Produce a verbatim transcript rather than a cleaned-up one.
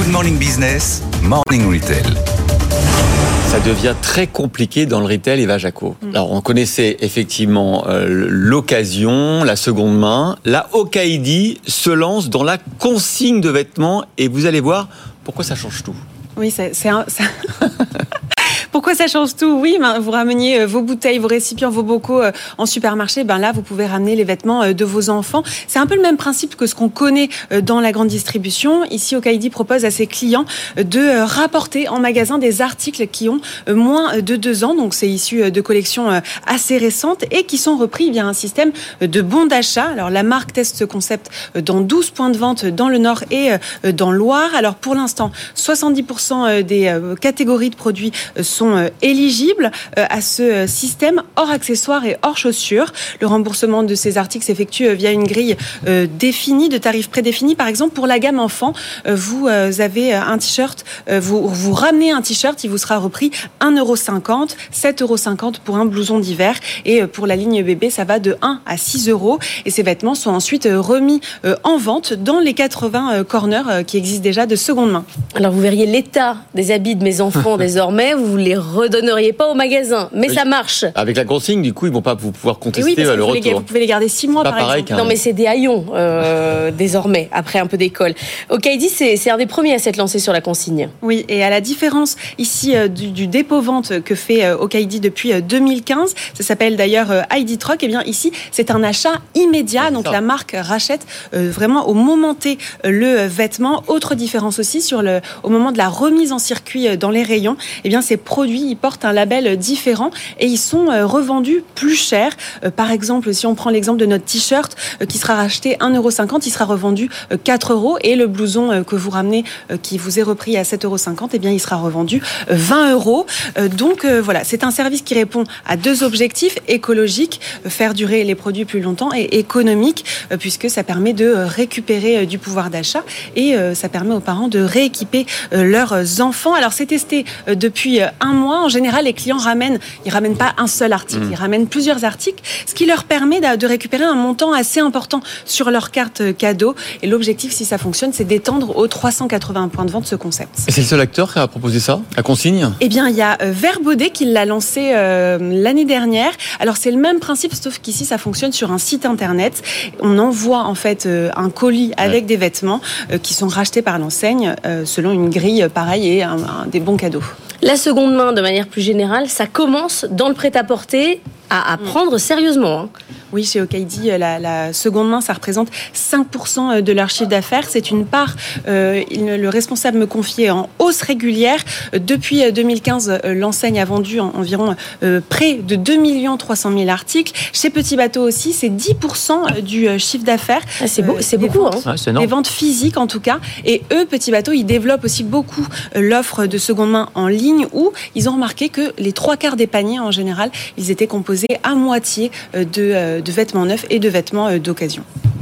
Good Morning Business, Morning Retail. Ça devient très compliqué dans le retail, Eva Jaco. Alors, on connaissait effectivement euh, l'occasion, la seconde main. La Okaïdi se lance dans la consigne de vêtements et vous allez voir pourquoi ça change tout. Oui, c'est, c'est un... Ça... Pourquoi ça change tout ? Oui, ben, vous rameniez vos bouteilles, vos récipients, vos bocaux en supermarché. Ben là, vous pouvez ramener les vêtements de vos enfants. C'est un peu le même principe que ce qu'on connaît dans la grande distribution. Ici, Okaïdi propose à ses clients de rapporter en magasin des articles qui ont moins de deux ans. Donc, c'est issu de collections assez récentes et qui sont repris via un système de bons d'achat. Alors, la marque teste ce concept dans douze points de vente dans le Nord et dans le Loir. Alors, pour l'instant, soixante-dix pour cent des catégories de produits sont éligibles à ce système hors accessoires et hors chaussures. Le remboursement de ces articles s'effectue via une grille définie, de tarifs prédéfinis. Par exemple, pour la gamme enfant, vous avez un t-shirt, vous, vous ramenez un t-shirt, il vous sera repris un euro cinquante, sept euros cinquante pour un blouson d'hiver. Et pour la ligne bébé, ça va de un à six euros. Et ces vêtements sont ensuite remis en vente dans les quatre-vingts corners qui existent déjà de seconde main. Alors, vous verriez l'état des habits de mes enfants désormais, vous les redonneriez pas au magasin, mais oui, ça marche. Avec la consigne, du coup, ils vont pas vous pouvoir contester oui, le retour. Les, vous pouvez les garder six mois, par pareil, exemple. Non, mais c'est des haillons euh, désormais, après un peu d'école. Okaïdi, c'est, c'est un des premiers à s'être lancé sur la consigne. Oui, et à la différence ici euh, du, du dépôt-vente que fait euh, Okaïdi depuis euh, deux mille quinze, ça s'appelle d'ailleurs euh, I D Truck, et bien ici, c'est un achat immédiat, donc la marque rachète euh, vraiment au moment T euh, le vêtement. Autre différence aussi, sur le, au moment de la remise en circuit euh, dans les rayons, et bien ces produits, ils portent un label différent et ils sont revendus plus cher. Par exemple, si on prend l'exemple de notre t-shirt qui sera racheté un euro cinquante, il sera revendu quatre euros et le blouson que vous ramenez qui vous est repris à sept euros cinquante, eh bien, il sera revendu vingt euros. Donc voilà, c'est un service qui répond à deux objectifs: écologique, faire durer les produits plus longtemps, et économique, puisque ça permet de récupérer du pouvoir d'achat et ça permet aux parents de rééquiper leurs enfants. Alors c'est testé depuis un mois. En général, les clients ramènent, ils ramènent pas un seul article, mmh. ils ramènent plusieurs articles, ce qui leur permet de récupérer un montant assez important sur leur carte cadeau. Et l'objectif, si ça fonctionne, c'est d'étendre aux trois cent quatre-vingts points de vente ce concept. Et c'est le seul acteur qui a proposé ça, la consigne ? Eh bien, il y a Verbaudet qui l'a lancé euh, l'année dernière. Alors, c'est le même principe, sauf qu'ici, ça fonctionne sur un site internet. On envoie en fait euh, un colis avec ouais. des vêtements euh, qui sont rachetés par l'enseigne euh, selon une grille pareille et un, un, des bons cadeaux. La seconde main, de manière plus générale, ça commence dans le prêt-à-porter à, à prendre sérieusement. Hein. Oui, chez Okaïdi, la, la seconde main, ça représente cinq pour cent de leur chiffre d'affaires. C'est une part, euh, le responsable me confiait, en hausse régulière. Depuis deux mille quinze, l'enseigne a vendu en, environ euh, près de deux millions trois cent mille articles. Chez Petit Bateau aussi, c'est dix pour cent du chiffre d'affaires. Ah, c'est, beau, euh, c'est beaucoup. Ventes, hein. Ouais, c'est des ventes physiques, en tout cas. Et eux, Petit Bateau, ils développent aussi beaucoup l'offre de seconde main en ligne, où ils ont remarqué que les trois quarts des paniers, en général, ils étaient composés à moitié de, de vêtements neufs et de vêtements d'occasion.